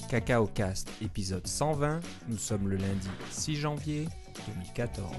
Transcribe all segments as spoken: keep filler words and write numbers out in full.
Cacao Cast, épisode cent vingt. Nous sommes le lundi six janvier deux mille quatorze.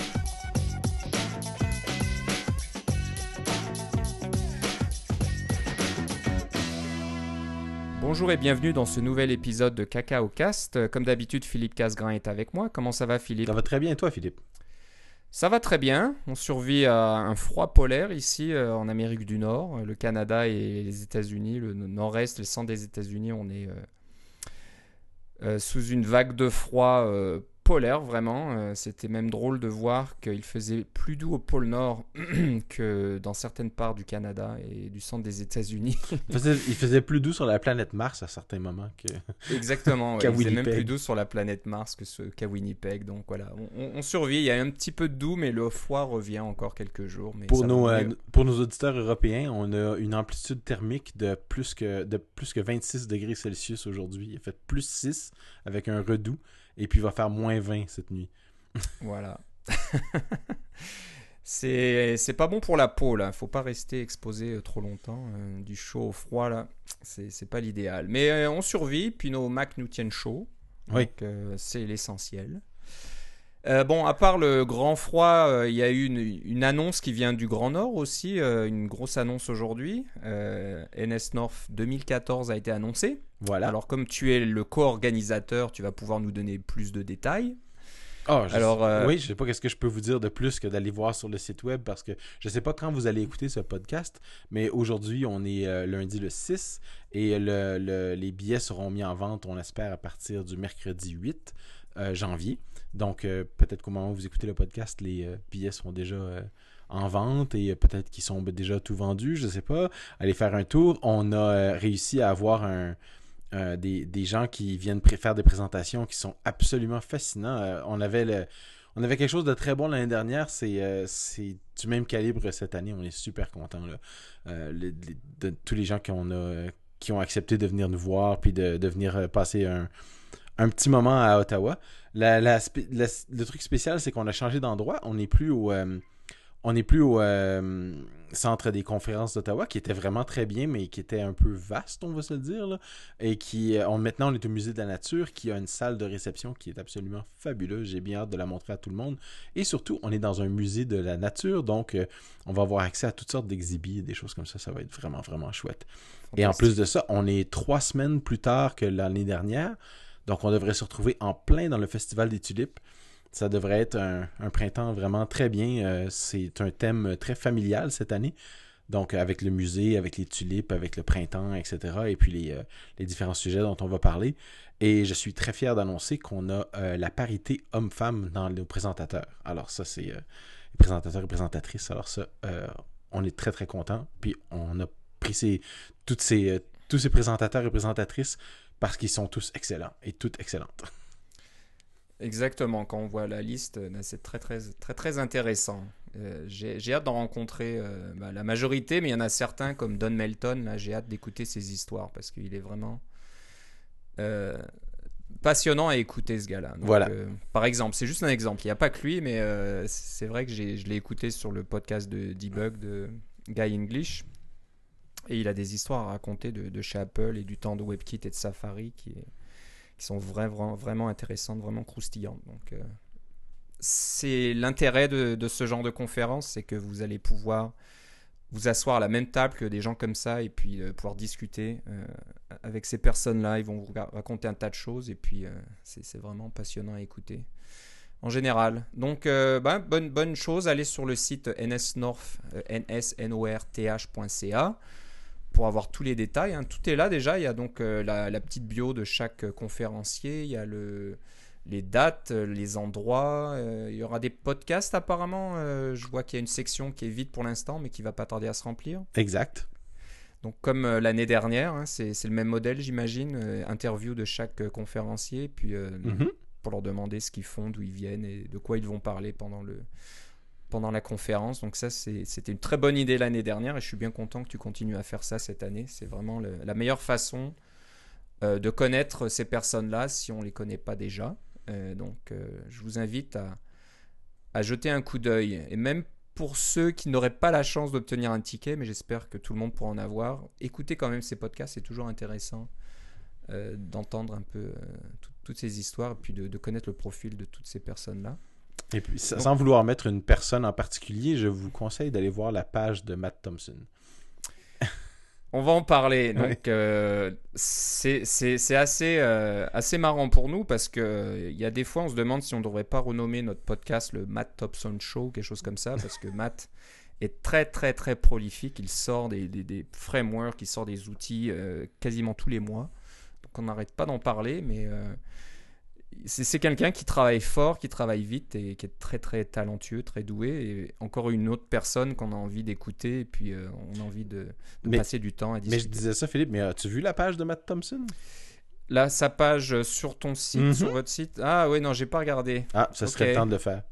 Bonjour et bienvenue dans ce nouvel épisode de Cacao Cast. Comme d'habitude, Philippe Casgrain est avec moi. Comment ça va, Philippe ? Ça va très bien et toi, Philippe ? Ça va très bien. On survit à un froid polaire ici euh, en Amérique du Nord. Le Canada et les États-Unis, le nord-est, le centre des États-Unis, on est euh, euh, sous une vague de froid euh, polaire, vraiment. Euh, c'était même drôle de voir qu'il faisait plus doux au pôle Nord que dans certaines parts du Canada et du centre des États-Unis. il, faisait, il faisait plus doux sur la planète Mars à certains moments que... Exactement, ouais. qu'à Il faisait Winnipeg. même plus doux sur la planète Mars que ce, qu'à Winnipeg. Donc voilà, on, on, on survit. Il y a un petit peu de doux, mais le froid revient encore quelques jours. Mais pour, ça nos, va euh, mieux. pour nos auditeurs européens, on a une amplitude thermique de plus que, de plus que vingt-six degrés Celsius aujourd'hui. Il a fait plus six avec un redoux et puis il va faire moins vingt cette nuit. Voilà. c'est, c'est pas bon pour la peau, là. Faut pas rester exposé euh, trop longtemps. Euh, du chaud au froid, là, c'est, c'est pas l'idéal. Mais euh, on survit, puis nos Macs nous tiennent chaud. Oui. Donc, euh, c'est l'essentiel. Euh, bon, à part le grand froid, euh, il y a eu une, une annonce qui vient du Grand Nord aussi, euh, une grosse annonce aujourd'hui. Euh, N S North deux mille quatorze a été annoncé. Voilà. Alors, comme tu es le co-organisateur, tu vas pouvoir nous donner plus de détails. Oh, je Alors, sais, euh, oui, je sais pas qu'est-ce que je peux vous dire de plus que d'aller voir sur le site web parce que je sais pas quand vous allez écouter ce podcast, mais aujourd'hui, on est euh, lundi le six et le, le, les billets seront mis en vente, on espère, à partir du mercredi huit euh, janvier. Donc, euh, peut-être qu'au moment où vous écoutez le podcast, les euh, billets seront déjà euh, en vente et euh, peut-être qu'ils sont déjà tout vendus, je sais pas. Allez faire un tour. On a euh, réussi à avoir un... Euh, des, des gens qui viennent pré- faire des présentations qui sont absolument fascinants. Euh, on avait le, on avait quelque chose de très bon l'année dernière. C'est, euh, c'est du même calibre cette année. On est super contents. Là. Euh, le, les, de tous les gens qu'on a, qui ont accepté de venir nous voir puis de, de venir euh, passer un, un petit moment à Ottawa. La, la, la, le truc spécial, c'est qu'on a changé d'endroit. On n'est plus au... Euh, On n'est plus au euh, centre des conférences d'Ottawa, qui était vraiment très bien, mais qui était un peu vaste, on va se le dire. Là, et qui, on, maintenant, on est au Musée de la Nature, qui a une salle de réception qui est absolument fabuleuse. J'ai bien hâte de la montrer à tout le monde. Et surtout, on est dans un musée de la nature, donc euh, on va avoir accès à toutes sortes d'exhibits, des choses comme ça. Ça va être vraiment, vraiment chouette. Fantastique. Et en plus de ça, on est trois semaines plus tard que l'année dernière, donc on devrait se retrouver en plein dans le Festival des Tulipes. Ça devrait être un, un printemps vraiment très bien. Euh, c'est un thème très familial cette année. Donc, avec le musée, avec les tulipes, avec le printemps, et cetera. Et puis, les, euh, les différents sujets dont on va parler. Et je suis très fier d'annoncer qu'on a euh, la parité homme-femme dans nos présentateurs. Alors, ça, c'est euh, les présentateurs et présentatrices. Alors, ça, euh, on est très, très contents. Puis, on a pris ces, toutes ces, euh, tous ces présentateurs et présentatrices parce qu'ils sont tous excellents et toutes excellentes. Exactement, quand on voit la liste, c'est très très très très intéressant. Euh, j'ai, j'ai hâte d'en rencontrer euh, bah, la majorité, mais il y en a certains comme Don Melton, là j'ai hâte d'écouter ses histoires parce qu'il est vraiment euh, passionnant à écouter ce gars-là. Donc, voilà. Euh, par exemple, c'est juste un exemple, il n'y a pas que lui, mais euh, c'est vrai que j'ai, je l'ai écouté sur le podcast de Debug de Guy English et il a des histoires à raconter de, de chez Apple et du temps de WebKit et de Safari qui est qui sont vraiment, vraiment intéressantes, vraiment croustillantes. Donc, euh, c'est l'intérêt de, de ce genre de conférence, c'est que vous allez pouvoir vous asseoir à la même table que des gens comme ça et puis euh, pouvoir discuter euh, avec ces personnes-là. Ils vont vous raconter un tas de choses et puis euh, c'est, c'est vraiment passionnant à écouter en général. Donc, euh, ben, bonne, bonne chose, allez sur le site N S North, euh, n s north point c a pour avoir tous les détails, hein. Tout est là déjà. Il y a donc euh, la, la petite bio de chaque conférencier, il y a le, les dates, les endroits, euh, il y aura des podcasts apparemment. Euh, je vois qu'il y a une section qui est vide pour l'instant, mais qui va pas tarder à se remplir. Exact. Donc comme euh, l'année dernière, hein, c'est, c'est le même modèle j'imagine, euh, interview de chaque euh, conférencier, puis euh, mm-hmm. pour leur demander ce qu'ils font, d'où ils viennent et de quoi ils vont parler pendant le... pendant la conférence. Donc ça, c'est, c'était une très bonne idée l'année dernière et je suis bien content que tu continues à faire ça cette année. C'est vraiment le, la meilleure façon euh, de connaître ces personnes-là si on ne les connaît pas déjà. Euh, donc, euh, je vous invite à, à jeter un coup d'œil. Et même pour ceux qui n'auraient pas la chance d'obtenir un ticket, mais j'espère que tout le monde pourra en avoir, écoutez quand même ces podcasts, c'est toujours intéressant euh, d'entendre un peu euh, tout, toutes ces histoires et puis de, de connaître le profil de toutes ces personnes-là. Et puis, sans Donc, vouloir mettre une personne en particulier, je vous conseille d'aller voir la page de Matt Thompson. On va en parler. Donc, oui. euh, c'est, c'est, c'est assez, euh, assez marrant pour nous parce qu'il euh, y a des fois, on se demande si on ne devrait pas renommer notre podcast le Matt Thompson Show, quelque chose comme ça, parce que Matt est très, très, très prolifique. Il sort des, des, des frameworks, il sort des outils euh, quasiment tous les mois. Donc, on n'arrête pas d'en parler, mais euh, c'est, c'est quelqu'un qui travaille fort, qui travaille vite et qui est très, très talentueux, très doué. Et encore une autre personne qu'on a envie d'écouter et puis euh, on a envie de, de mais, passer du temps à discuter. Mais je disais ça, Philippe, mais as-tu vu la page de Matt Thompson? Là, sa page sur ton site, mm-hmm. sur votre site. Ah oui, non, j'ai pas regardé. Ah, ça serait okay. le temps de le faire.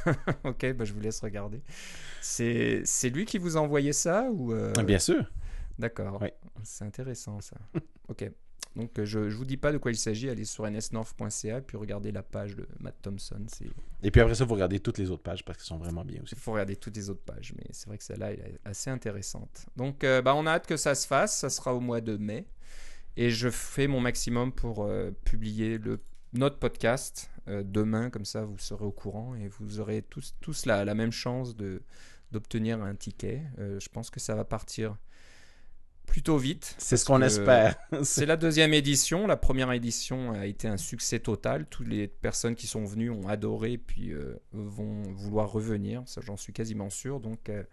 Ok, bah, je vous laisse regarder. C'est, c'est lui qui vous a envoyé ça ou euh... Bien sûr. D'accord. Oui. C'est intéressant ça. Ok. Donc, je ne vous dis pas de quoi il s'agit. Allez sur n s north point c a et puis regardez la page de Matt Thompson. C'est... Et puis après ça, vous regardez toutes les autres pages parce qu'elles sont vraiment bien aussi. Il faut regarder toutes les autres pages, mais c'est vrai que celle-là elle est assez intéressante. Donc, euh, bah, on a hâte que ça se fasse. Ça sera au mois de mai. Et je fais mon maximum pour euh, publier le, notre podcast euh, demain. Comme ça, vous serez au courant et vous aurez tous, tous la, la même chance de, d'obtenir un ticket. Euh, je pense que ça va partir plutôt vite. C'est ce qu'on espère. C'est la deuxième édition. La première édition a été un succès total. Toutes les personnes qui sont venues ont adoré puis euh, vont vouloir revenir. Ça, j'en suis quasiment sûr. Donc, euh,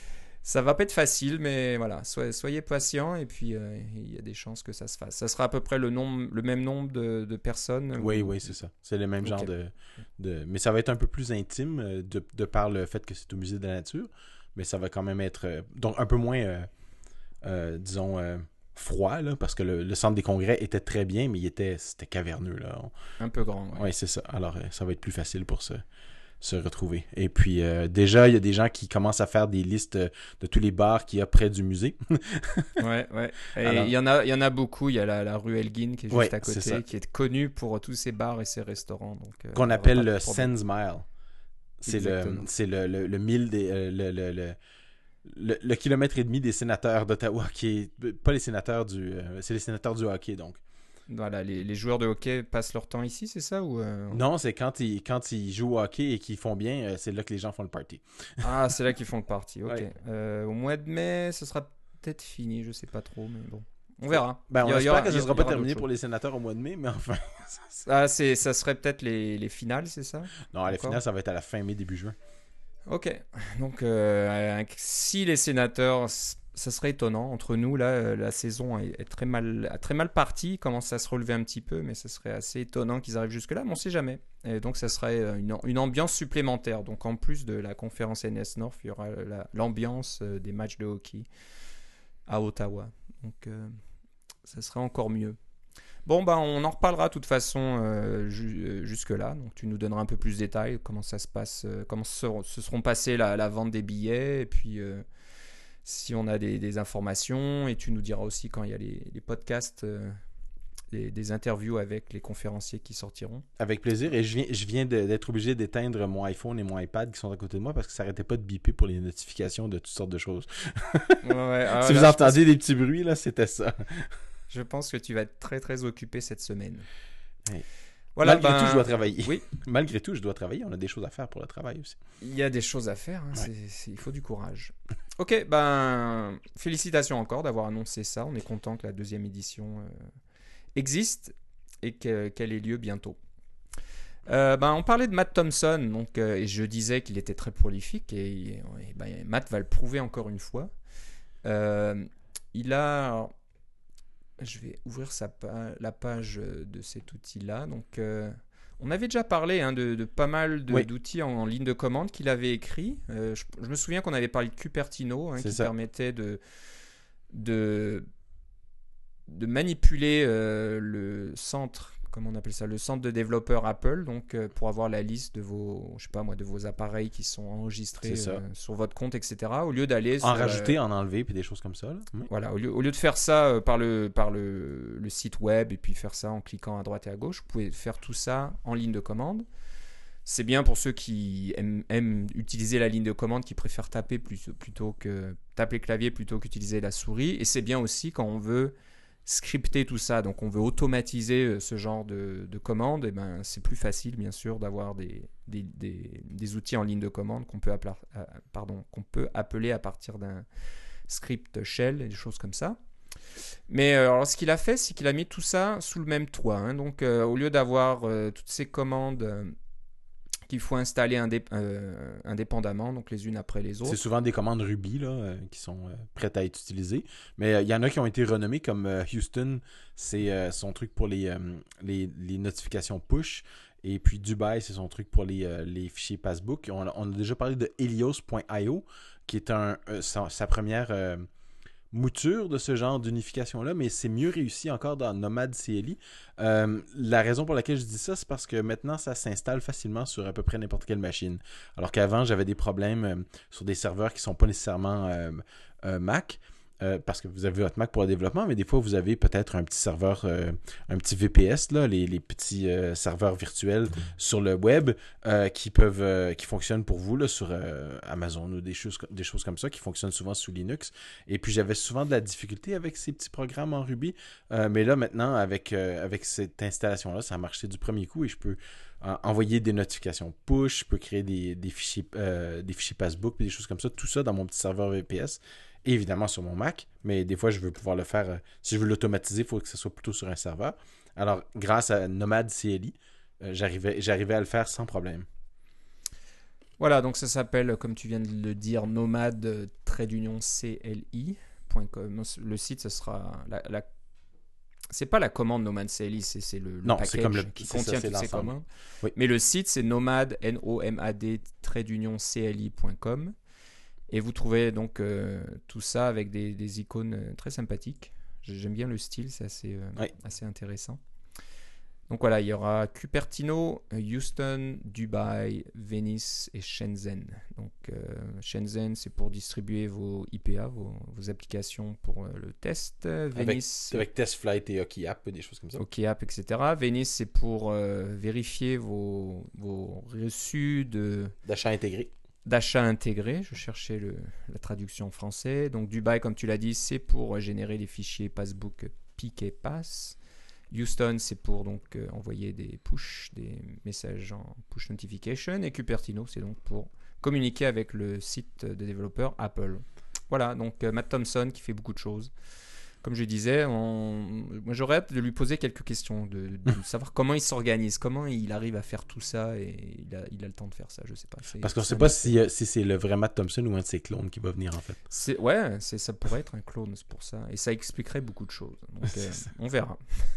ça va pas être facile, mais voilà, soyez, soyez patients et puis euh, il y a des chances que ça se fasse. Ça sera à peu près le, nombre, le même nombre de, de personnes. Oui, ou... oui, c'est ça. C'est le même okay. genre de, de... Mais ça va être un peu plus intime de, de par le fait que c'est au Musée de la Nature. Mais ça va quand même être... Donc, un peu moins... Euh... Euh, disons euh, froid là, parce que le, le centre des congrès était très bien mais il était c'était caverneux là. On... un peu grand. Oui, ouais, c'est ça. Alors euh, ça va être plus facile pour se, se retrouver. Et puis euh, déjà il y a des gens qui commencent à faire des listes de tous les bars qu'il y a près du musée. ouais, ouais. Et Alors... il y en a il y en a beaucoup. Il y a la, la rue Elgin qui est juste ouais, à côté, qui est connue pour tous ses bars et ses restaurants. Donc euh, qu'on appelle le Sens Mile. C'est le c'est le, le, le mille des euh, le, le, le Le, le kilomètre et demi des sénateurs d'Ottawa, qui est pas les sénateurs du, euh, c'est les sénateurs du hockey donc. Voilà, les, les joueurs de hockey passent leur temps ici, c'est ça ou euh... Non, c'est quand ils quand ils jouent au hockey et qu'ils font bien, euh, c'est là que les gens font le party. Ah, c'est là qu'ils font le party. Ok. Ouais. Euh, au mois de mai, ce sera peut-être fini, je sais pas trop, mais bon. On verra. Ben, on il y, espère aura, que ce ne sera pas terminé pour choses. les sénateurs au mois de mai, mais enfin. Ah, c'est, ça serait peut-être les, les finales, c'est ça? Non, les finales, ça va être à la fin mai, début juin. Ok. Donc, euh, si les sénateurs, ça serait étonnant. Entre nous, là, la saison est, est très mal, très mal partie, commence à se relever un petit peu, mais ça serait assez étonnant qu'ils arrivent jusque-là, mais on ne sait jamais. Et donc, ça serait une, une ambiance supplémentaire. Donc, en plus de la conférence N S North, il y aura la, l'ambiance des matchs de hockey à Ottawa. Donc, euh, ça serait encore mieux. Bon, bah, on en reparlera de toute façon euh, ju- jusque-là. Donc, tu nous donneras un peu plus de détails, comment ça se passe, euh, comment se, se seront passées la, la vente des billets, et puis euh, si on a des, des informations, et tu nous diras aussi quand il y a les, les podcasts, euh, des, des interviews avec les conférenciers qui sortiront. Avec plaisir, et je viens, je viens de, d'être obligé d'éteindre mon iPhone et mon iPad qui sont à côté de moi parce que ça n'arrêtait pas de biper pour les notifications de toutes sortes de choses. Ouais, ouais, alors si là, vous entendiez pense... des petits bruits, là, c'était ça. Je pense que tu vas être très très occupé cette semaine. Oui. Voilà, Malgré ben... tout, je dois travailler. Oui. Malgré tout, je dois travailler. On a des choses à faire pour le travail aussi. Il y a des choses à faire. Hein. Ouais. C'est, c'est... Il faut du courage. Ok, ben félicitations encore d'avoir annoncé ça. On est content que la deuxième édition euh, existe et que, qu'elle ait lieu bientôt. Euh, ben, on parlait de Matt Thompson, donc, euh, et je disais qu'il était très prolifique, et, et ben, Matt va le prouver encore une fois. Euh, il a... Alors, je vais ouvrir sa pa- la page de cet outil-là. Donc, euh, on avait déjà parlé hein, de, de pas mal de, oui. d'outils en, en ligne de commande qu'il avait écrit. Euh, je, je me souviens qu'on avait parlé de Cupertino, hein, qui ça. permettait de, de, de manipuler euh, le centre, comment on appelle ça, le centre de développeurs Apple, donc euh, pour avoir la liste de vos, je sais pas moi, de vos appareils qui sont enregistrés euh, sur votre compte, et cetera. Au lieu d'aller en sur, rajouter, euh, en enlever, puis des choses comme ça. Là. Oui. Voilà, au lieu, au lieu de faire ça euh, par, le, par le, le site web et puis faire ça en cliquant à droite et à gauche, vous pouvez faire tout ça en ligne de commande. C'est bien pour ceux qui aiment, aiment utiliser la ligne de commande, qui préfèrent taper plus, plutôt que taper le clavier plutôt qu'utiliser la souris. Et c'est bien aussi quand on veut scripter tout ça, donc on veut automatiser ce genre de, de commandes, et ben c'est plus facile bien sûr d'avoir des, des, des, des outils en ligne de commande qu'on peut, appeler, euh, pardon, qu'on peut appeler à partir d'un script shell et des choses comme ça. Mais euh, alors ce qu'il a fait, c'est qu'il a mis tout ça sous le même toit. Hein. Donc euh, au lieu d'avoir euh, toutes ces commandes euh, qu'il faut installer indép- euh, indépendamment, donc les unes après les autres. C'est souvent des commandes Ruby là, euh, qui sont euh, prêtes à être utilisées. Mais il euh, y en a qui ont été renommées comme euh, Houston, c'est euh, son truc pour les, euh, les, les notifications push. Et puis Dubai, c'est son truc pour les, euh, les fichiers passbook. On, on a déjà parlé de Helios point io, qui est un, euh, sa, sa première euh, mouture de ce genre d'unification-là, mais c'est mieux réussi encore dans Nomad C L I. Euh, la raison pour laquelle je dis ça, c'est parce que maintenant, ça s'installe facilement sur à peu près n'importe quelle machine. Alors qu'avant, j'avais des problèmes euh, sur des serveurs qui ne sont pas nécessairement euh, euh, Mac. Euh, parce que vous avez votre Mac pour le développement, mais des fois, vous avez peut-être un petit serveur, euh, un petit V P S, là, les, les petits euh, serveurs virtuels mmh. sur le web euh, qui peuvent, euh, qui fonctionnent pour vous là, sur euh, Amazon ou des choses, des choses comme ça, qui fonctionnent souvent sous Linux. Et puis, j'avais souvent de la difficulté avec ces petits programmes en Ruby. Euh, mais là, maintenant, avec, euh, avec cette installation-là, ça a marché du premier coup et je peux euh, envoyer des notifications push, je peux créer des, des, fichiers, euh, des fichiers passbook, des choses comme ça. Tout ça dans mon petit serveur V P S. Et évidemment sur mon Mac, mais des fois je veux pouvoir le faire, euh, si je veux l'automatiser, il faut que ce soit plutôt sur un serveur. Alors grâce à Nomad C L I, euh, j'arrivais, j'arrivais à le faire sans problème. Voilà, donc ça s'appelle, comme tu viens de le dire, nomad C L I point com. Le site, ce sera la, la... c'est pas la commande Nomad C L I, c'est, c'est le, le non, package c'est comme le, qui c'est contient ça, toutes ces commandes. Oui. Mais le site, c'est nomad, N O M A D C L I point com. Et vous trouvez donc euh, tout ça avec des, des icônes euh, très sympathiques. J'aime bien le style, c'est assez, euh, oui. assez intéressant. Donc voilà, il y aura Cupertino, Houston, Dubaï, Venice et Shenzhen. Donc euh, Shenzhen, c'est pour distribuer vos I P A, vos, vos applications pour euh, le test. Venice, avec, avec TestFlight et OkiApp, des choses comme ça. OkiApp, et cetera. Venice, c'est pour euh, vérifier vos, vos reçus de... d'achat intégré. d'achat intégré, je cherchais le, la traduction en français. Donc Dubaï, comme tu l'as dit, c'est pour générer des fichiers passbook pick et pass. Houston, c'est pour donc euh, envoyer des push, des messages en push notification. Et Cupertino, c'est donc pour communiquer avec le site de développeur Apple. Voilà, donc euh, Matt Thompson qui fait beaucoup de choses. Comme je disais, on... moi j'aurais hâte de lui poser quelques questions, de, de savoir comment il s'organise, comment il arrive à faire tout ça et il a, il a le temps de faire ça, je sais pas. C'est, Parce qu'on ne sait un... pas si, si c'est le vrai Matt Thompson ou un de ses clones qui va venir en fait. C'est, ouais, c'est, ça pourrait être un clone, c'est pour ça. Et ça expliquerait beaucoup de choses. Donc euh, on verra.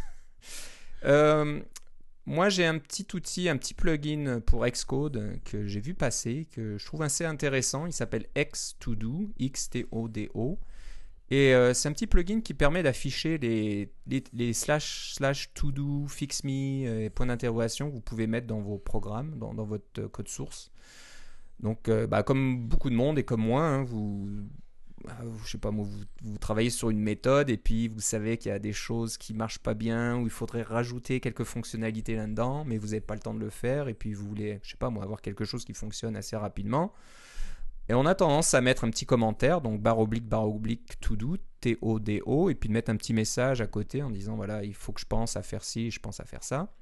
euh, moi j'ai un petit outil, un petit plugin pour Xcode que j'ai vu passer, que je trouve assez intéressant. Il s'appelle X-To-Do, X T O D O. Et euh, c'est un petit plugin qui permet d'afficher les, les, les slash, slash, to do, fix me, euh, points d'interrogation que vous pouvez mettre dans vos programmes, dans, dans votre code source. Donc, euh, bah, comme beaucoup de monde et comme moi, hein, vous, je sais pas, moi, vous, vous travaillez sur une méthode et puis vous savez qu'il y a des choses qui marchent pas bien ou il faudrait rajouter quelques fonctionnalités là-dedans, mais vous n'avez pas le temps de le faire et puis vous voulez, je sais pas moi, avoir quelque chose qui fonctionne assez rapidement. Et on a tendance à mettre un petit commentaire, donc barre oblique, barre oblique, to do, T O D O, et puis de mettre un petit message à côté en disant voilà, il faut que je pense à faire ci, je pense à faire ça.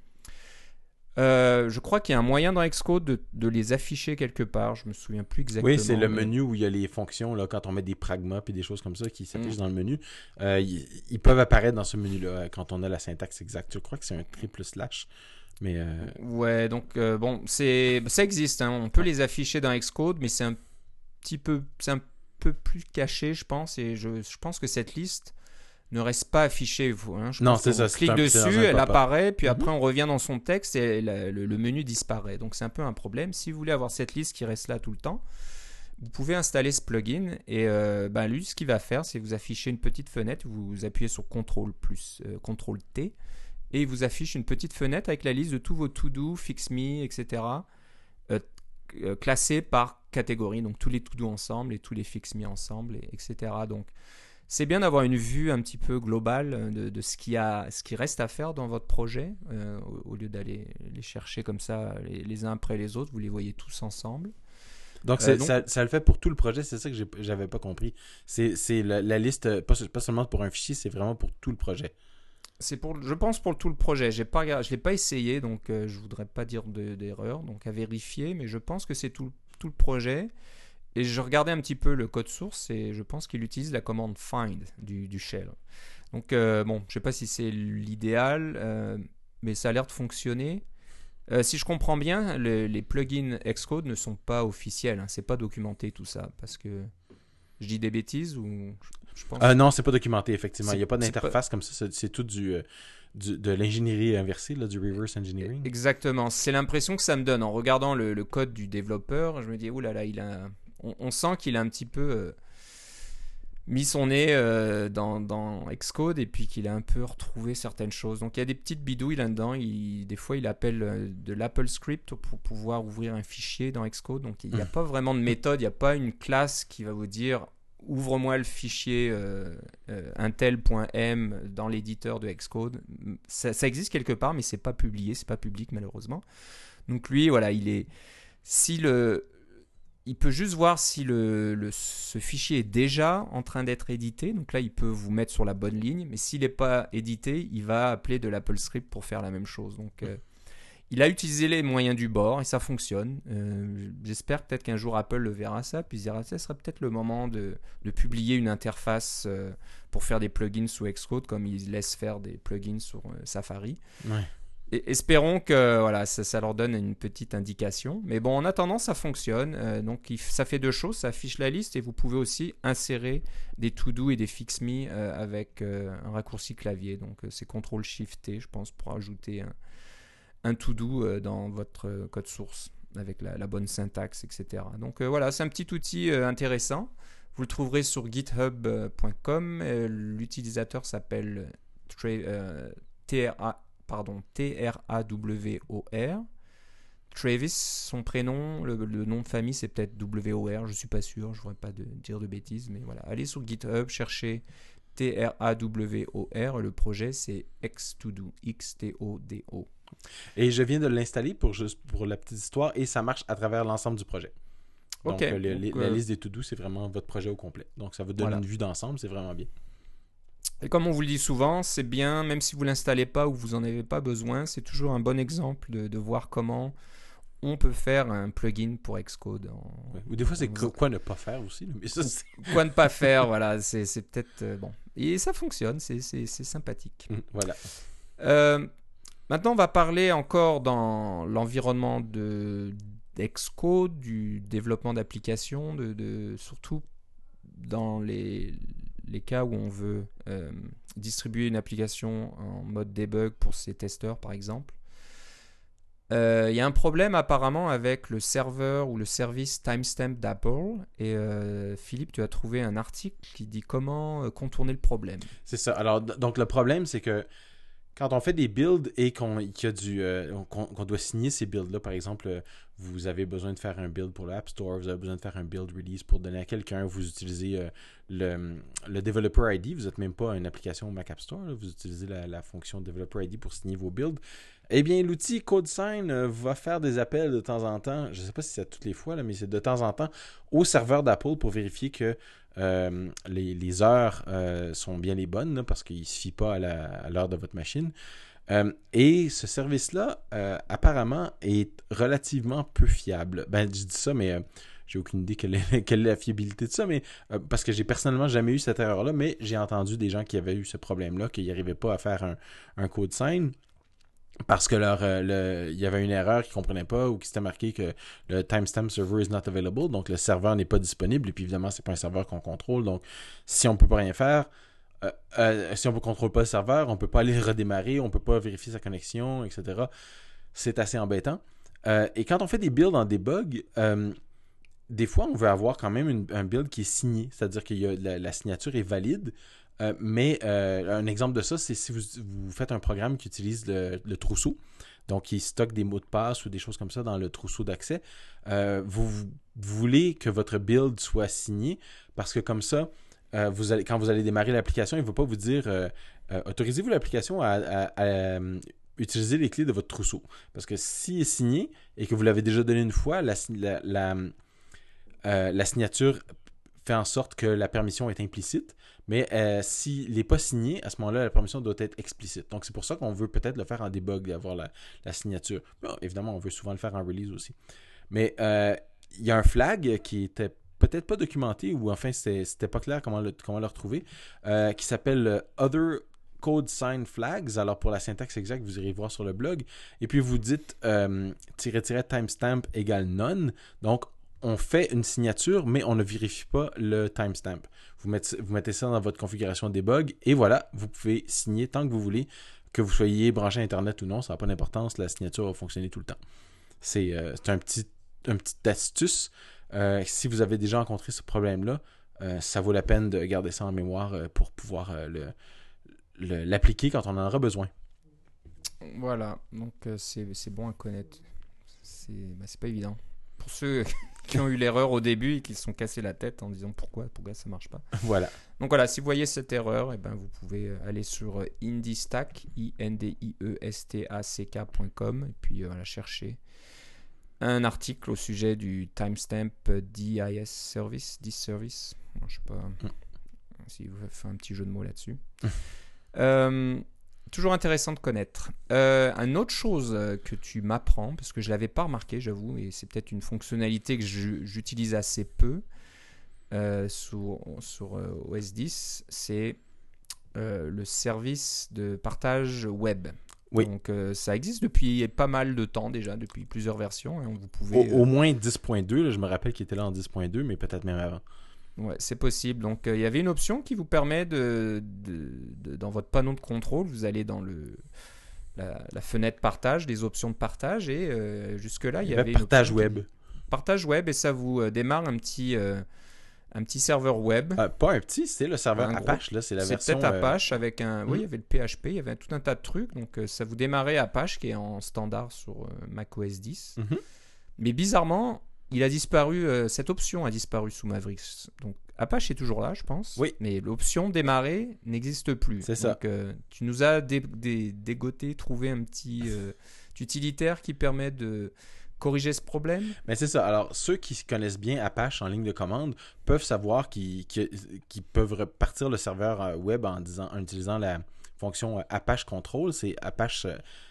Euh, je crois qu'il y a un moyen dans Xcode de, de les afficher quelque part, je me souviens plus exactement. Oui, c'est le mais... menu où il y a les fonctions, là, quand on met des pragmas et des choses comme ça qui s'affichent mmh. dans le menu. Euh, ils, ils peuvent apparaître dans ce menu-là quand on a la syntaxe exacte. Je crois que c'est un triple slash. Mais euh... Ouais, donc euh, bon, c'est, ça existe, hein. On peut les afficher dans Xcode, mais c'est un petit peu, c'est un peu plus caché, je pense, et je, je pense que cette liste ne reste pas affichée. Hein. Je non, pense c'est ça. On clique dessus, elle apparaît, puis mm-hmm. après on revient dans son texte et la, le, le menu disparaît. Donc c'est un peu un problème. Si vous voulez avoir cette liste qui reste là tout le temps, vous pouvez installer ce plugin et euh, ben lui, ce qu'il va faire, c'est vous afficher une petite fenêtre. Vous appuyez sur contrôle plus euh, contrôle T et il vous affiche une petite fenêtre avec la liste de tous vos to-do, fix me, et cetera. Euh, classés par catégorie, donc tous les to-do ensemble et tous les fix me ensemble, et, etc. Donc c'est bien d'avoir une vue un petit peu globale de, de ce, qui a, ce qui reste à faire dans votre projet, euh, au, au lieu d'aller les chercher comme ça les, les uns après les autres, vous les voyez tous ensemble. Donc, Euh, c'est, donc ça, ça le fait pour tout le projet, c'est ça que j'ai, j'avais pas compris. C'est, c'est la, la liste, pas, pas seulement pour un fichier, c'est vraiment pour tout le projet. c'est pour, je pense pour tout le projet. J'ai pas, regardé- je l'ai pas essayé, donc euh, je voudrais pas dire de- d'erreur, donc à vérifier. Mais je pense que c'est tout, tout le projet. Et je regardais un petit peu le code source et je pense qu'il utilise la commande find du, du shell. Donc euh, bon, je sais pas si c'est l'idéal, euh, mais ça a l'air de fonctionner. Euh, si je comprends bien, le- les plugins Xcode ne sont pas officiels. Hein, c'est pas documenté tout ça, parce que je dis des bêtises ou je, je Euh, pense non, c'est pas documenté, effectivement. Il c'est n'y a pas c'est pas d'interface comme ça. C'est, c'est tout du, euh, du- de l'ingénierie inversée, là, du reverse engineering. exactement. C'est l'impression que ça me donne en regardant le, le code du développeur. Je me dis oh là là, il a, on, on sent qu'il a un petit peu euh, mis son nez euh, dans, dans Xcode et puis qu'il a un peu retrouvé certaines choses. Donc il y a des petites bidouilles là-dedans. Il, des fois, il appelle euh, de l'Apple Script pour pouvoir ouvrir un fichier dans Xcode. Donc il n'y a pas vraiment de méthode, il n'y a pas une classe qui va vous dire ouvre-moi le fichier euh, euh, intel.m dans l'éditeur de Xcode. Ça, ça existe quelque part, mais c'est pas publié, c'est pas public malheureusement. Donc lui, voilà, il est si le il peut juste voir si le, le- ce fichier est déjà en train d'être édité. Donc là, il peut vous mettre sur la bonne ligne. Mais s'il n'est pas édité, il va appeler de l'Apple Script pour faire la même chose. Donc, euh, il a utilisé les moyens du bord et ça fonctionne. Euh, j'espère peut-être qu'un jour Apple le verra ça. Puis il dira, ça serait peut-être le moment de, de publier une interface euh, pour faire des plugins sous Xcode, comme il laisse faire des plugins sur euh, Safari. Ouais. Et espérons que voilà, ça, ça leur donne une petite indication. Mais bon, en attendant, ça fonctionne. Euh, donc, il, ça fait deux choses. Ça affiche la liste et vous pouvez aussi insérer des to-do et des fix-me euh, avec euh, un raccourci clavier. Donc, euh, c'est contrôle shift T, je pense, pour ajouter un, un to-do euh, dans votre code source avec la, la bonne syntaxe, et cetera. Donc, euh, voilà, c'est un petit outil euh, intéressant. Vous le trouverez sur github point com. Euh, l'utilisateur s'appelle Tra- euh, T R A pardon, T R A W O R. Travis, son prénom, le, le nom de famille, c'est peut-être W O R, je ne suis pas sûr, je ne voudrais pas de, dire de bêtises, mais voilà. Allez sur GitHub, cherchez T R A W O R, le projet c'est Xtodo, X T O D O. Et je viens de l'installer pour, juste, pour la petite histoire et ça marche à travers l'ensemble du projet. Donc, Ok, euh, le, donc, la euh, liste des to-do, c'est vraiment votre projet au complet. Donc, ça vous donne voilà. une vue d'ensemble, c'est vraiment bien. Et comme on vous le dit souvent, c'est bien, même si vous ne l'installez pas ou vous n'en avez pas besoin, c'est toujours un bon exemple de, de voir comment on peut faire un plugin pour Xcode. En, Ouais. Ou des fois, c'est en... quoi, quoi ne pas faire aussi. Mais ça, c'est... Quoi ne pas faire, voilà, c'est, c'est peut-être... Euh, bon. Et ça fonctionne, c'est, c'est, c'est sympathique. Mmh, voilà. Euh, maintenant, on va parler encore dans l'environnement de, d'Xcode, du développement d'applications, de, de, surtout dans les, les cas où on veut euh, distribuer une application en mode debug pour ses testeurs, par exemple. Il euh, y a un problème apparemment avec le serveur ou le service timestamp d'Apple. Et euh, Philippe, tu as trouvé un article qui dit comment euh, contourner le problème. C'est ça. Alors, d- donc le problème, c'est que quand on fait des builds et qu'on, qu'il y a du, euh, qu'on, qu'on doit signer ces builds-là, par exemple, euh, vous avez besoin de faire un build pour l'App Store, vous avez besoin de faire un build release pour donner à quelqu'un, vous utilisez euh, le, le Developer I D, vous n'êtes même pas une application Mac App Store, là, vous utilisez la, la fonction Developer I D pour signer vos builds. Eh bien, l'outil CodeSign euh, va faire des appels de temps en temps, je ne sais pas si c'est toutes les fois, là, mais c'est de temps en temps, au serveur d'Apple pour vérifier que euh, les, les heures euh, sont bien les bonnes, là, parce qu'il ne se fie pas à, la, à l'heure de votre machine. Euh, et ce service-là, euh, apparemment, est relativement peu fiable. Ben, je dis ça, mais euh, j'ai aucune idée quelle est, quelle est la fiabilité de ça, mais euh, parce que j'ai personnellement jamais eu cette erreur-là, mais j'ai entendu des gens qui avaient eu ce problème-là, qu'ils n'arrivaient pas à faire un, un code sign parce que leur, euh, le, il y avait une erreur qu'ils ne comprenaient pas ou qui s'était marqué que le timestamp server is not available, donc le serveur n'est pas disponible, et puis évidemment, ce n'est pas un serveur qu'on contrôle, donc si on ne peut pas rien faire, Euh, euh, si on ne contrôle pas le serveur, on ne peut pas aller le redémarrer, on ne peut pas vérifier sa connexion, et cetera. C'est assez embêtant. Euh, et quand on fait des builds en debug, euh, des fois, on veut avoir quand même une, un build qui est signé, c'est-à-dire que la, la signature est valide. Euh, mais euh, un exemple de ça, c'est si vous, vous faites un programme qui utilise le, le trousseau, donc qui stocke des mots de passe ou des choses comme ça dans le trousseau d'accès, euh, vous, vous voulez que votre build soit signé parce que comme ça, Euh, vous allez, quand vous allez démarrer l'application, il ne va pas vous dire euh, euh, autorisez-vous l'application à, à, à, à utiliser les clés de votre trousseau. Parce que s'il est signé et que vous l'avez déjà donné une fois, la, la, la, euh, la signature fait en sorte que la permission est implicite, mais euh, s'il n'est pas signé, à ce moment-là, la permission doit être explicite. Donc, c'est pour ça qu'on veut peut-être le faire en debug, avoir la, la signature. Bon, évidemment, on veut souvent le faire en release aussi. Mais euh, il y a un flag qui était peut-être pas documenté, ou enfin, c'était, c'était pas clair comment le, comment le retrouver, euh, qui s'appelle euh, Other Code Sign Flags. Alors, pour la syntaxe exacte, vous irez voir sur le blog. Et puis, vous dites euh, tiret tiret timestamp égale none. Donc, on fait une signature, mais on ne vérifie pas le timestamp. Vous mettez, vous mettez ça dans votre configuration debug et voilà, vous pouvez signer tant que vous voulez, que vous soyez branché à Internet ou non, ça n'a pas d'importance, la signature va fonctionner tout le temps. C'est, euh, c'est un petit, un petit astuce. Euh, si vous avez déjà rencontré ce problème-là, euh, ça vaut la peine de garder ça en mémoire euh, pour pouvoir euh, le, le, l'appliquer quand on en aura besoin. Voilà, donc euh, c'est, c'est bon à connaître. C'est, bah, c'est pas évident. Pour ceux qui ont eu l'erreur au début et qui se sont cassés la tête en disant pourquoi, pourquoi ça marche pas. Voilà. Donc voilà, si vous voyez cette erreur, eh ben vous pouvez aller sur Indiestack, I N D I E S T A C K point com et puis voilà, chercher un article au sujet du timestamp D I S service, this service. Bon, je sais pas mm. si vous faites un petit jeu de mots là-dessus. euh, Toujours intéressant de connaître. Euh, une autre chose que tu m'apprends, parce que je ne l'avais pas remarqué, j'avoue, et c'est peut-être une fonctionnalité que je, j'utilise assez peu euh, sur, sur euh, O S dix, c'est euh, le service de partage web. Oui. Donc euh, ça existe depuis pas mal de temps déjà, depuis plusieurs versions. Et vous pouvez, au, euh... au moins dix point deux, là, je me rappelle qu'il était là en dix point deux, mais peut-être même avant. Ouais, c'est possible. Donc, il euh, y avait une option qui vous permet de, de, de, dans votre panneau de contrôle, vous allez dans le, la, la fenêtre partage, les options de partage, et euh, jusque-là, il y avait partage web. Qui, partage web, et ça vous euh, démarre un petit, euh, un petit serveur web. Euh, pas un petit, c'est le serveur un Apache, gros, là, c'est la c'est version... C'est peut-être Apache euh... avec un... Mm. Oui, il y avait le P H P, il y avait tout un tas de trucs. Donc, euh, ça vous démarrait Apache, qui est en standard sur euh, macOS dix. Mm-hmm. Mais bizarrement, il a disparu, euh, cette option a disparu sous Mavericks. Donc, Apache est toujours là, je pense. Oui. Mais l'option démarrer n'existe plus. C'est Donc, ça. Euh, tu nous as dé- dé- dégoté, trouvé un petit euh, utilitaire qui permet de corriger ce problème. Mais c'est ça. Alors, ceux qui connaissent bien Apache en ligne de commande peuvent savoir qu'ils, qu'ils, qu'ils peuvent repartir le serveur web en, disant, en utilisant la fonction Apache Control. C'est Apache...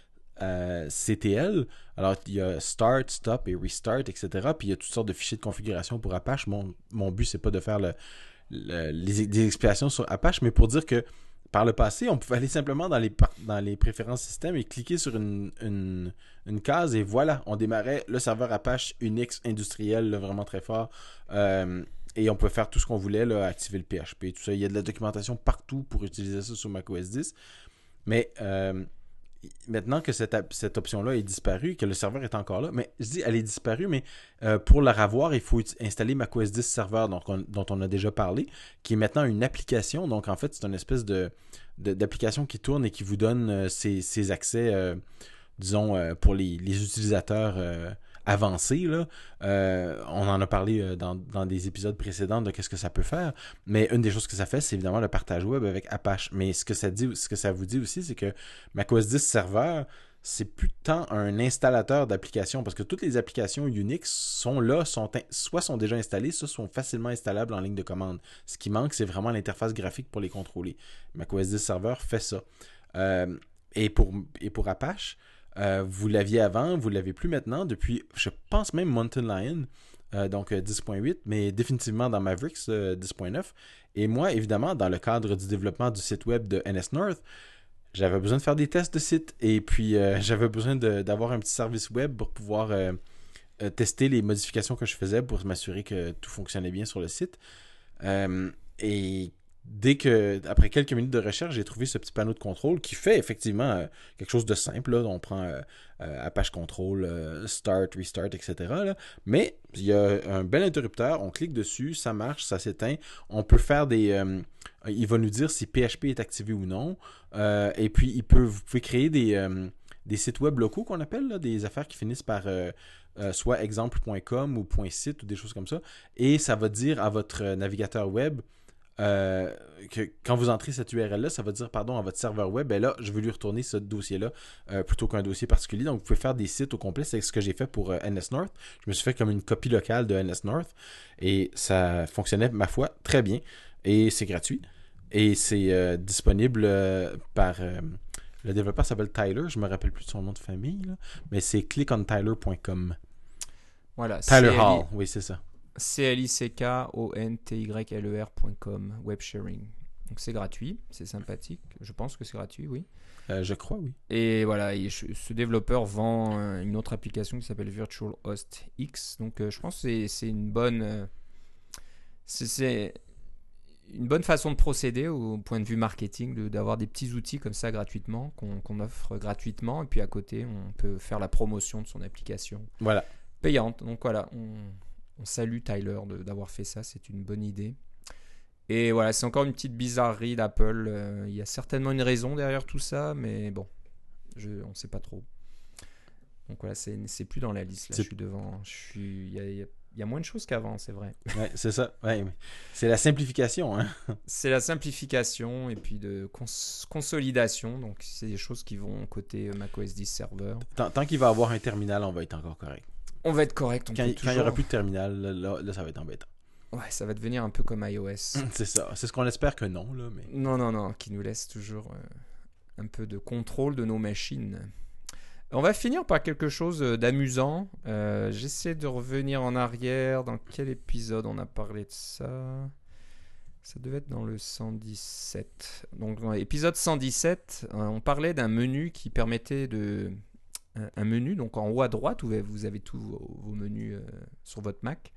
Euh, C T L. Alors, il y a Start, Stop et Restart, et cetera. Puis, il y a toutes sortes de fichiers de configuration pour Apache. Mon, mon but, c'est pas de faire le, le, les, des explications sur Apache, mais pour dire que par le passé, on pouvait aller simplement dans les, dans les préférences système et cliquer sur une, une, une case et voilà, on démarrait le serveur Apache Unix industriel, là, vraiment très fort. Euh, et on pouvait faire tout ce qu'on voulait, là, activer le P H P, tout ça. Il y a de la documentation partout pour utiliser ça sur macOS dix. Mais... Euh, maintenant que cette, cette option-là est disparue, que le serveur est encore là, mais je dis elle est disparue, mais euh, pour la revoir, il faut installer macOS dix Server, donc on, dont on a déjà parlé, qui est maintenant une application. Donc en fait, c'est une espèce de, de d'application qui tourne et qui vous donne euh, ses, ses accès, euh, disons, euh, pour les, les utilisateurs euh, avancés. Là. Euh, on en a parlé dans, dans des épisodes précédents de qu'est-ce que ça peut faire, mais une des choses que ça fait, c'est évidemment le partage web avec Apache. Mais ce que ça dit, ce que ça vous dit aussi, c'est que macOS dix Server, c'est plus tant un installateur d'applications, parce que toutes les applications Unix sont là, sont in- soit sont déjà installées, soit sont facilement installables en ligne de commande. Ce qui manque, c'est vraiment l'interface graphique pour les contrôler. macOS dix Server fait ça. Euh, et, pour, et pour Apache, Euh, vous l'aviez avant, vous ne l'avez plus maintenant, depuis, je pense même Mountain Lion, euh, donc euh, dix point huit, mais définitivement dans Mavericks euh, dix point neuf. Et moi, évidemment, dans le cadre du développement du site web de N S North, j'avais besoin de faire des tests de site et puis euh, j'avais besoin de, d'avoir un petit service web pour pouvoir euh, euh, tester les modifications que je faisais pour m'assurer que tout fonctionnait bien sur le site. Euh, et dès que, après quelques minutes de recherche, j'ai trouvé ce petit panneau de contrôle qui fait effectivement euh, quelque chose de simple. Là. On prend euh, euh, Apache Control, euh, Start, Restart, et cetera. Là. Mais il y a un bel interrupteur, on clique dessus, ça marche, ça s'éteint. On peut faire des... Euh, il va nous dire si P H P est activé ou non. Euh, et puis, il peut, vous pouvez créer des, euh, des sites web locaux qu'on appelle, là, des affaires qui finissent par... Euh, Euh, soit exemple point com ou .site ou des choses comme ça. Et ça va dire à votre navigateur web euh, que quand vous entrez cette U R L-là, ça va dire pardon à votre serveur web, ben là, je veux lui retourner ce dossier-là euh, plutôt qu'un dossier particulier. Donc, vous pouvez faire des sites au complet. C'est ce que j'ai fait pour euh, N S North. Je me suis fait comme une copie locale de N S North et ça fonctionnait, ma foi, très bien. Et c'est gratuit. Et c'est euh, disponible euh, par... Euh, le développeur s'appelle Tyler. Je me rappelle plus de son nom de famille, là, mais c'est click on tyler point com. Voilà. Tyler Hall, oui, c'est ça. C L I C K O N T Y L E R point com, web sharing. Donc c'est gratuit, c'est sympathique. Je pense que c'est gratuit, oui. Euh, je crois, oui. Et voilà, et je, ce développeur vend euh, une autre application qui s'appelle Virtual Host X. Donc euh, je pense que c'est, c'est une bonne, euh, c'est, c'est une bonne façon de procéder au point de vue marketing, de, d'avoir des petits outils comme ça gratuitement, qu'on, qu'on offre gratuitement. Et puis à côté, on peut faire la promotion de son application. Voilà. Payante. Donc voilà, on... On salue Tyler de, d'avoir fait ça, c'est une bonne idée. Et voilà, c'est encore une petite bizarrerie d'Apple. Euh, il y a certainement une raison derrière tout ça, mais bon, je, on ne sait pas trop. Donc voilà, c'est, c'est plus dans la liste. Là, je suis devant. Je suis, il y a, il y a, il y a moins de choses qu'avant, c'est vrai. Ouais, c'est ça. Ouais, c'est la simplification. Hein? C'est la simplification et puis de cons- consolidation. Donc c'est des choses qui vont côté macOS dix Server. Tant, tant qu'il va avoir un terminal, on va être encore correct. On va être correct. On quand, peut quand toujours... il n'y aura plus de terminal, là, là, là, ça va être embêtant. Ouais, ça va devenir un peu comme iOS. C'est ça. C'est ce qu'on espère que non. Là, mais... Non, non, non. Qui nous laisse toujours euh, un peu de contrôle de nos machines. On va finir par quelque chose d'amusant. Euh, j'essaie de revenir en arrière. Dans quel épisode on a parlé de ça ? Ça devait être dans le cent dix-sept. Donc, dans l'épisode cent dix-sept, euh, on parlait d'un menu qui permettait de... Un menu, donc en haut à droite, où vous avez tous vos, vos menus euh, sur votre Mac,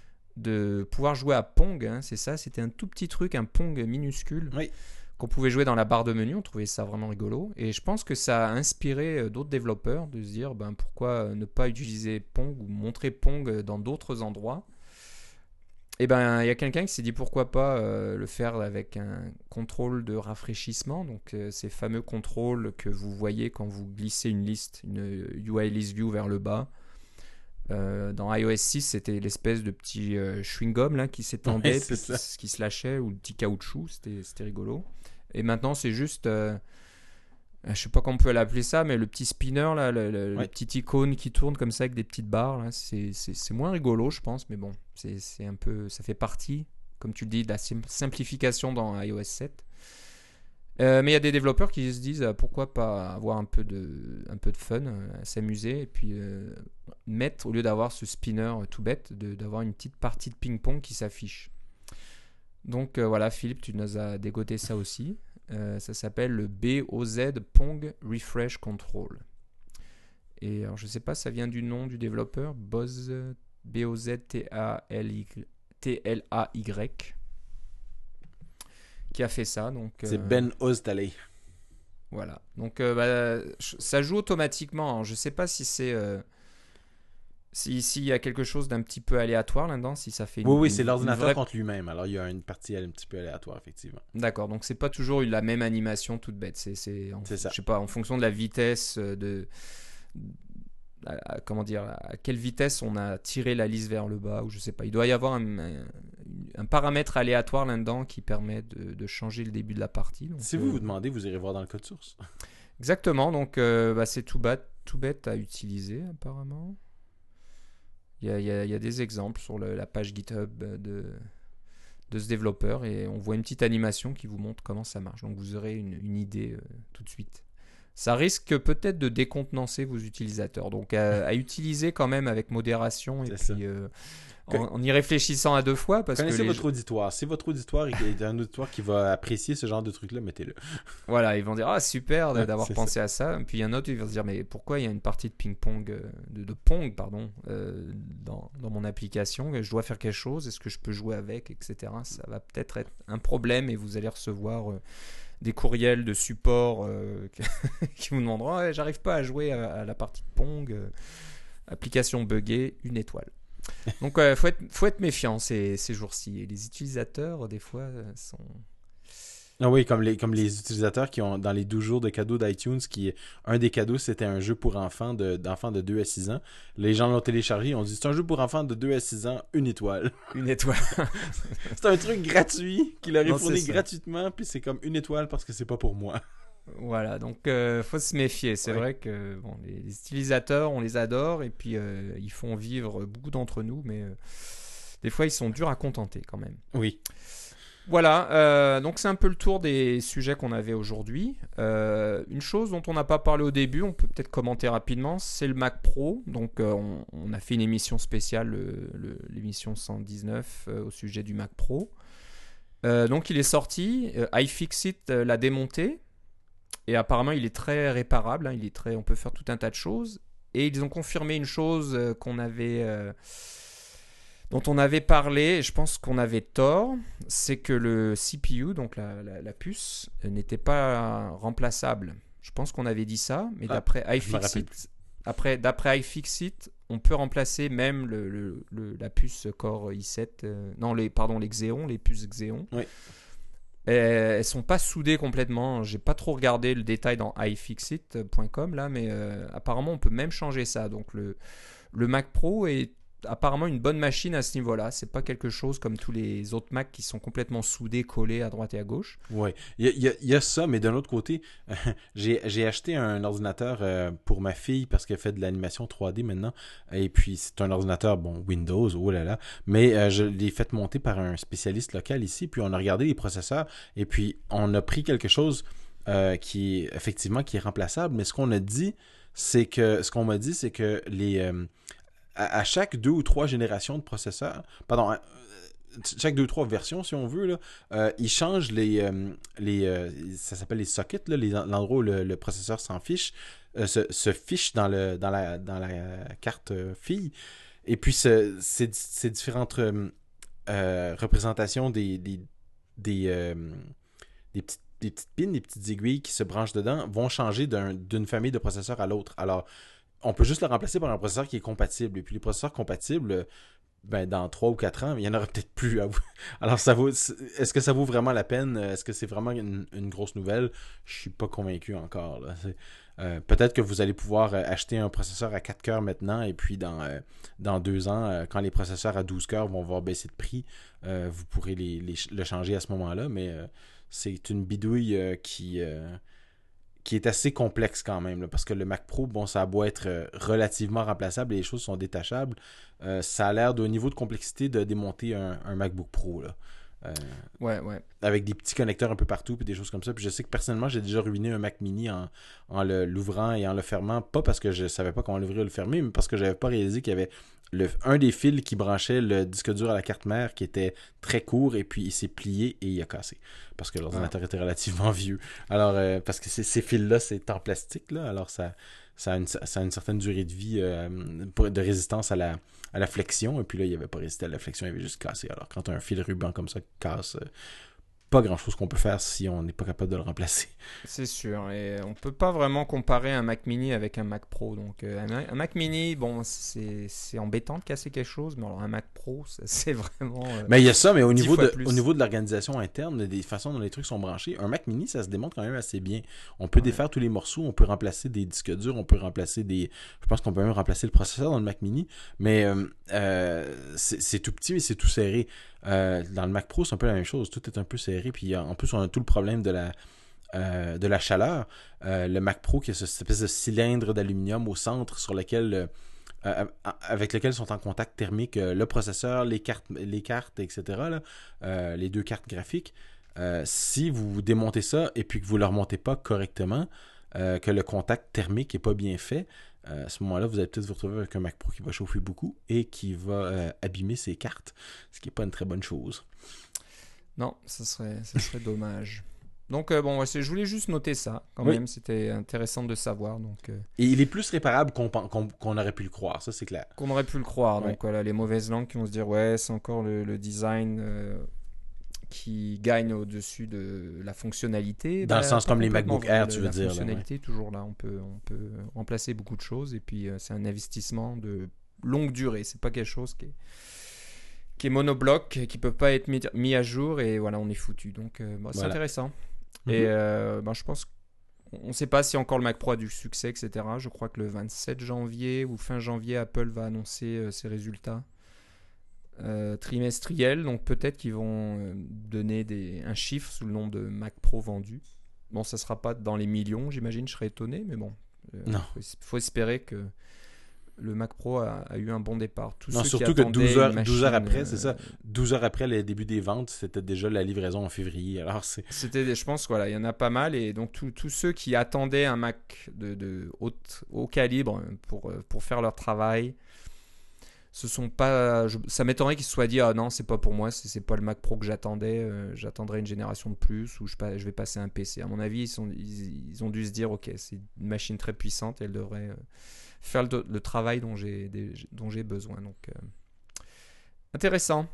de pouvoir jouer à Pong, hein, c'est ça, c'était un tout petit truc, un Pong minuscule, oui. qu'on pouvait jouer dans la barre de menu, on trouvait ça vraiment rigolo, et je pense que ça a inspiré d'autres développeurs de se dire, ben, pourquoi ne pas utiliser Pong ou montrer Pong dans d'autres endroits. Et ben, il y a quelqu'un qui s'est dit pourquoi pas euh, le faire avec un contrôle de rafraîchissement, donc euh, ces fameux contrôles que vous voyez quand vous glissez une liste, une U I list view vers le bas. Euh, dans iOS six, c'était l'espèce de petit euh, chewing-gum là, qui s'étendait, ouais, puis qui, qui se lâchait, ou le petit caoutchouc, c'était, c'était rigolo. Et maintenant, c'est juste, euh, je sais pas comment on peut l'appeler ça, mais le petit spinner, là, le, le, ouais. le petit icône qui tourne comme ça avec des petites barres, là, c'est, c'est, c'est moins rigolo, je pense, mais bon, c'est, c'est un peu, ça fait partie, comme tu le dis, de la sim- simplification dans iOS sept. Euh, mais il y a des développeurs qui se disent euh, pourquoi pas avoir un peu de, un peu de fun, euh, s'amuser, et puis euh, mettre, au lieu d'avoir ce spinner euh, tout bête, de, d'avoir une petite partie de ping-pong qui s'affiche. Donc euh, voilà, Philippe, tu nous as dégoté ça aussi. Euh, ça s'appelle le B O Z Pong Refresh Control. Et alors, je ne sais pas, ça vient du nom du développeur, Boz, B O Z T A L A Y, qui a fait ça. Donc, c'est euh, Ben Oztaley. Voilà. Donc, euh, bah, ça joue automatiquement. Alors, je ne sais pas si c'est... Euh, si, s'il y a quelque chose d'un petit peu aléatoire là-dedans, si ça fait une, oui, oui, une, c'est l'ordinateur vraie... contre lui-même. Alors, il y a une partie un petit peu aléatoire, effectivement. D'accord, donc c'est pas toujours la même animation toute bête. C'est, c'est, en, c'est ça. Je sais pas, en fonction de la vitesse de... À, à, comment dire, à quelle vitesse on a tiré la liste vers le bas, ou je sais pas. Il doit y avoir un, un, un paramètre aléatoire là-dedans qui permet de, de changer le début de la partie. Donc, si euh, vous vous demandez, vous irez voir dans le code source. Exactement, donc euh, bah, c'est tout bête, tout bête à utiliser apparemment. Il y a, il y a, il y a des exemples sur le, la page GitHub de, de ce développeur et on voit une petite animation qui vous montre comment ça marche. Donc vous aurez une, une idée euh, tout de suite. Ça risque peut-être de décontenancer vos utilisateurs. Donc à, à utiliser quand même avec modération et c'est puis euh, en, en y réfléchissant à deux fois. Parce Connaissez que les... votre auditoire. Si votre auditoire est un auditoire qui va apprécier ce genre de truc-là, mettez-le. Voilà, ils vont dire « Ah, super d'avoir c'est pensé ça. à ça. » Puis il y a un autre, il va se dire « Mais pourquoi il y a une partie de ping-pong, de, de Pong, pardon, euh, dans, dans mon application? Je dois faire quelque chose. Est-ce que je peux jouer avec, et cetera » Ça va peut-être être un problème et vous allez recevoir... Euh, des courriels de support euh, qui vous demanderont oh, « J'arrive pas à jouer à, à la partie de Pong. Euh, application buggée, une étoile. » Donc, il euh, faut, être, faut être méfiant ces, ces jours-ci. Et les utilisateurs, des fois, sont... Ah oui, comme les, comme les utilisateurs qui ont, dans les douze jours de cadeaux d'iTunes, qui, un des cadeaux, c'était un jeu pour enfants de, d'enfants de deux à six ans. Les gens l'ont téléchargé, ils ont dit, c'est un jeu pour enfants de deux à six ans, une étoile. Une étoile. C'est un truc gratuit, qui leur est Non, fourni c'est ça. gratuitement, puis c'est comme une étoile parce que c'est pas pour moi. Voilà, donc euh, faut se méfier. C'est Ouais. vrai que bon, les, les utilisateurs, on les adore et puis euh, ils font vivre beaucoup d'entre nous, mais euh, des fois ils sont durs à contenter quand même. Oui. Voilà, euh, donc c'est un peu le tour des sujets qu'on avait aujourd'hui. Euh, une chose dont on n'a pas parlé au début, on peut peut-être commenter rapidement, c'est le Mac Pro. Donc euh, on, on a fait une émission spéciale, le- le- l'émission cent dix-neuf, euh, au sujet du Mac Pro. Euh, donc il est sorti, euh, iFixit euh, l'a démonté. Et apparemment, il est très réparable. Hein, il est très, on peut faire tout un tas de choses. Et ils ont confirmé une chose euh, qu'on avait, euh, dont on avait parlé. Et je pense qu'on avait tort. C'est que le C P U, donc la, la, la puce, euh, n'était pas remplaçable. Je pense qu'on avait dit ça, mais Ah, d'après je me rappelle iFixit, après, d'après iFixit, on peut remplacer même le, le, le- la puce Core i sept. euh, non, les, pardon, les Xeon, les puces Xeon. Oui. Et elles sont pas soudées complètement. J'ai pas trop regardé le détail dans iFixit point com là, mais euh, apparemment on peut même changer ça. Donc le, le Mac Pro est apparemment une bonne machine à ce niveau-là. C'est pas quelque chose comme tous les autres Mac qui sont complètement soudés, collés à droite et à gauche. Ouais. Il y a, il y a- il y a ça, mais d'un autre côté, j'ai, j'ai acheté un ordinateur euh, pour ma fille parce qu'elle fait de l'animation trois D maintenant. Et puis, c'est un ordinateur, bon, Windows, oh là là. Mais euh, je l'ai fait monter par un spécialiste local ici. Puis, on a regardé les processeurs. Et puis, on a pris quelque chose euh, qui est effectivement qui est remplaçable. Mais ce qu'on a dit, c'est que, ce qu'on m'a dit, c'est que les. euh, à, à chaque deux ou trois générations de processeurs, pardon, à- chaque deux ou trois versions, si on veut, là, euh, ils changent les, euh, les euh, ça s'appelle les sockets, là, les, l'endroit où le, le processeur s'en fiche, euh, se, se fiche dans, le, dans, la, dans la carte euh, fille. Et puis, ce- ces, ces différentes euh, euh, représentations des, des, des, euh, des petites des petites pins, des petites aiguilles qui se branchent dedans vont changer d'un, d'une famille de processeurs à l'autre. Alors, on peut juste le remplacer par un processeur qui est compatible. Et puis les processeurs compatibles, ben, dans trois ou quatre ans, il y en aura peut-être plus à vous. Alors, ça vaut, est-ce que ça vaut vraiment la peine? Est-ce que c'est vraiment une, une grosse nouvelle? Je suis pas convaincu encore. Là. Euh, peut-être que vous allez pouvoir euh, acheter un processeur à quatre cœurs maintenant, et puis dans, euh, dans deux ans, euh, quand les processeurs à douze cœurs vont voir baisser de prix, euh, vous pourrez les, les, le changer à ce moment-là. Mais euh, c'est une bidouille euh, qui... Euh, qui est assez complexe quand même, là, parce que le Mac Pro, bon, ça a beau être euh, relativement remplaçable et les choses sont détachables, euh, ça a l'air, au niveau de complexité, de démonter un, un MacBook Pro, là. Euh, Ouais, ouais. avec des petits connecteurs un peu partout puis des choses comme ça. Puis je sais que personnellement, j'ai déjà ruiné un Mac Mini en, en le, l'ouvrant et en le fermant, pas parce que je savais pas comment l'ouvrir ou le fermer, mais parce que j'avais pas réalisé qu'il y avait le, un des fils qui branchait le disque dur à la carte mère qui était très court et puis il s'est plié et il a cassé parce que l'ordinateur ah. était relativement vieux. Alors, euh, parce que ces, ces fils-là, c'est en plastique, là, alors ça, ça, a une, ça a une certaine durée de vie euh, de résistance à la, à la flexion, et puis là, il n'avait pas résisté à la flexion, il avait juste cassé. Alors, quand tu as un fil ruban comme ça qui casse, euh, pas grand-chose qu'on peut faire si on n'est pas capable de le remplacer. C'est sûr, et on peut pas vraiment comparer un Mac Mini avec un Mac Pro. Donc, euh, un, un Mac Mini, bon, c'est, c'est embêtant de casser quelque chose, mais alors un Mac Pro, ça, c'est vraiment... Euh, mais il y a ça, mais au niveau, de, au niveau de l'organisation interne, des façons dont les trucs sont branchés, un Mac Mini, ça se démontre quand même assez bien. On peut ouais. défaire tous les morceaux, on peut remplacer des disques durs, on peut remplacer des... Je pense qu'on peut même remplacer le processeur dans le Mac Mini, mais euh, euh, c'est, c'est tout petit, mais c'est tout serré. Euh, dans le Mac Pro, c'est un peu la même chose. Tout est un peu serré. Puis en plus, on a tout le problème de la, euh, de la chaleur. Euh, le Mac Pro, qui a cette espèce de cylindre d'aluminium au centre sur lequel, euh, avec lequel sont en contact thermique euh, le processeur, les cartes, les cartes et cetera. Là, euh, les deux cartes graphiques. Euh, si vous démontez ça et puis que vous ne le remontez pas correctement, euh, que le contact thermique n'est pas bien fait, Euh, à ce moment-là, vous allez peut-être vous retrouver avec un Mac Pro qui va chauffer beaucoup et qui va euh, abîmer ses cartes, ce qui n'est pas une très bonne chose. Non, ce serait, ce serait dommage. Donc, euh, bon, je voulais juste noter ça, quand oui. même, c'était intéressant de savoir. Donc, euh... Et il est plus réparable qu'on, qu'on, qu'on aurait pu le croire, ça c'est clair. Qu'on aurait pu le croire, ouais. donc voilà, les mauvaises langues qui vont se dire, ouais, c'est encore le, le design... Euh... qui gagne au-dessus de la fonctionnalité. Dans bah, le sens comme les MacBook Air, tu veux la dire. La fonctionnalité là, ouais. est toujours là. On peut, on peut remplacer beaucoup de choses et puis euh, c'est un investissement de longue durée. C'est pas quelque chose qui est, qui est monobloc, qui peut pas être mis, mis à jour et voilà, on est foutu. Donc euh, bah, c'est Voilà. intéressant. Mhm. Et euh, bah, je pense qu'on ne sait pas si encore le Mac Pro a du succès, et cetera. Je crois que le vingt-sept janvier ou fin janvier, Apple va annoncer euh, ses résultats euh, trimestriels. Donc peut-être qu'ils vont euh, donner des, un chiffre sous le nombre de Mac Pro vendus. Bon, ça sera pas dans les millions, j'imagine, je serais étonné, mais bon, il Non. faut, faut espérer que le Mac Pro a, a eu un bon départ. Tous Non, ceux surtout qui que douze heures, une douze heures machine, après, c'est ça. euh, douze heures après le début des ventes, c'était déjà la livraison en février. Alors, c'est. C'était, je pense, voilà, il y en a pas mal. Et donc, tous tous ceux qui attendaient un Mac de, de haute, haut calibre pour, euh, pour faire leur travail, ce sont pas. Je- ça m'étonnerait qu'ils se soient dit, ah non, c'est pas pour moi, c'est c'est pas le Mac Pro que j'attendais. euh, j'attendrai une génération de plus ou je, pa- je vais passer à un P C. À mon avis, ils, sont, ils, ils ont dû se dire, ok, c'est une machine très puissante, elle devrait euh, faire le, le travail dont j'ai des- dont j'ai besoin. Donc, euh, intéressant.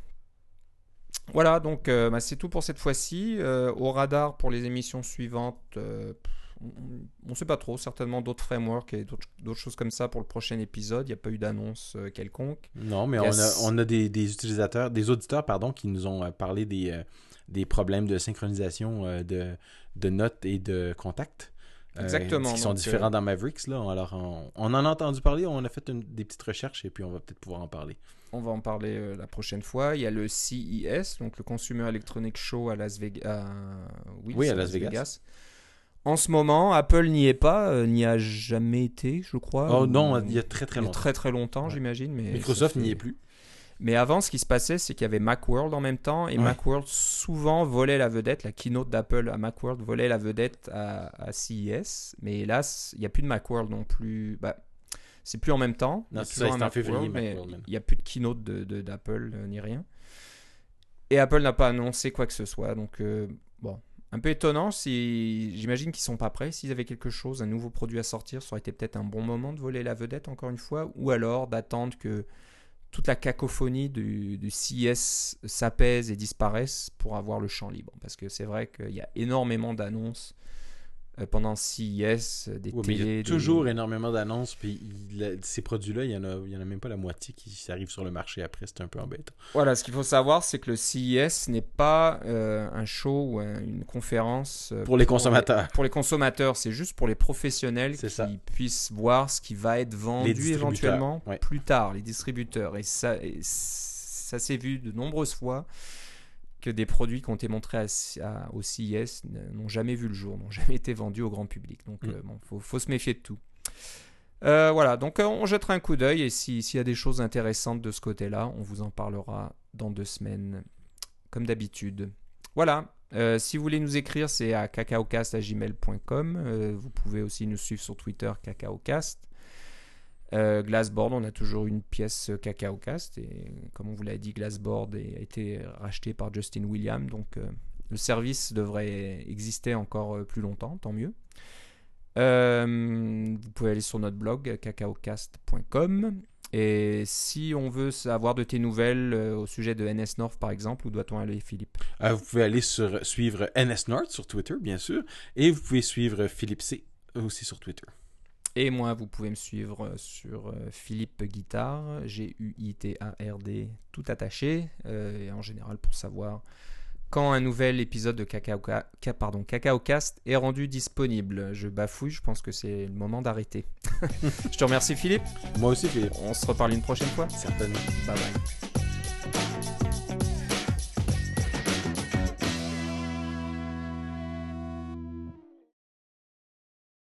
Voilà, donc euh, bah, c'est tout pour cette fois-ci. Euh, au radar pour les émissions suivantes, euh, pff, on ne sait pas trop. Certainement d'autres frameworks et d'autres d'autres choses comme ça pour le prochain épisode. Il n'y a pas eu d'annonce euh, quelconque. Non, mais Il y on a a, s- on a des, des utilisateurs, des auditeurs, pardon, qui nous ont euh, parlé des, euh, des problèmes de synchronisation euh, de, de notes et de contacts. euh, Exactement. qui sont Donc, différents euh, dans Mavericks. Là. Alors, on, on en a entendu parler, on a fait une- des petites recherches et puis on va peut-être pouvoir en parler. on va en parler euh, la prochaine fois. Il y a le C E S, donc le Consumer Electronics Show à Las Vegas. Oui, Oui, c'est à Las Vegas. En ce moment, Apple n'y est pas, euh, n'y a jamais été, je crois. Oh ou- non, il y a très très il y a longtemps. très très longtemps, Ouais. j'imagine. Mais Microsoft ça fait- n'y est plus. Mais avant, ce qui se passait, c'est qu'il y avait Macworld en même temps, et Ouais. Macworld souvent volait la vedette. La keynote d'Apple à Macworld volait la vedette à, à C E S, mais hélas, il n'y a plus de Macworld non plus. Bah, c'est plus en même temps. Il y Non, a c'est toujours ça, un c'est en février, Macworld, mais Macworld, man. il n'y a plus de keynote de, de- d'Apple euh, ni rien. Et Apple n'a pas annoncé quoi que ce soit, donc euh, bon. Un peu étonnant, si j'imagine qu'ils sont pas prêts. S'ils avaient quelque chose, un nouveau produit à sortir, ça aurait été peut-être un bon moment de voler la vedette encore une fois, ou alors d'attendre que toute la cacophonie du, du C E S s'apaise et disparaisse pour avoir le champ libre. Parce que c'est vrai qu'il y a énormément d'annonces euh, pendant C E S, euh, des Ouais, mais il y télés. a des- toujours énormément d'annonces, puis il- le- ces produits-là, il y en a, il y en a même pas la moitié qui arrivent sur le marché après, c'est un peu embêtant. Voilà, ce qu'il faut savoir, c'est que le C E S n'est pas euh, un show ou un- une conférence euh, Pour les consommateurs. Pour les consommateurs, c'est juste pour les professionnels C'est qui ça. puissent voir ce qui va être Les vendu distributeurs, éventuellement ouais. plus tard, les distributeurs. Et ça, et ça s'est vu de nombreuses fois que des produits qui ont été montrés à, à- au C E S n'ont jamais vu le jour, n'ont jamais été vendus au grand public. Donc, Mm. euh, bon, faut, faut se méfier de tout. Euh, voilà, donc euh, on jettera un coup d'œil et si- s'il y a des choses intéressantes de ce côté-là, on vous en parlera dans deux semaines, comme d'habitude. Voilà, euh, si vous voulez nous écrire, c'est à cacaocast arobase gmail point com. Euh, vous pouvez aussi nous suivre sur Twitter, cacaocast. Euh, Glassboard, on a toujours une pièce cacaocast et comme on vous l'a dit, Glassboard a été racheté par Justin Williams, donc euh, le service devrait exister encore euh, plus longtemps, tant mieux. Euh, vous pouvez aller sur notre blog cacaocast point com et si on veut avoir de tes nouvelles euh, au sujet de N S North par exemple, où doit-on aller, Philippe? Euh, vous pouvez aller sur, suivre N S North sur Twitter, bien sûr, et vous pouvez suivre Philippe C aussi sur Twitter. Et moi, vous pouvez me suivre sur euh, Philippe Guitard, G U I T A R D, tout attaché, euh, et en général pour savoir quand un nouvel épisode de Cacaoca, Ca- pardon, CacaoCast est rendu disponible. Je bafouille, je pense que c'est le moment d'arrêter. Je te remercie, Philippe. Moi aussi, Philippe. On se reparle une prochaine fois. Certainement. Bye bye.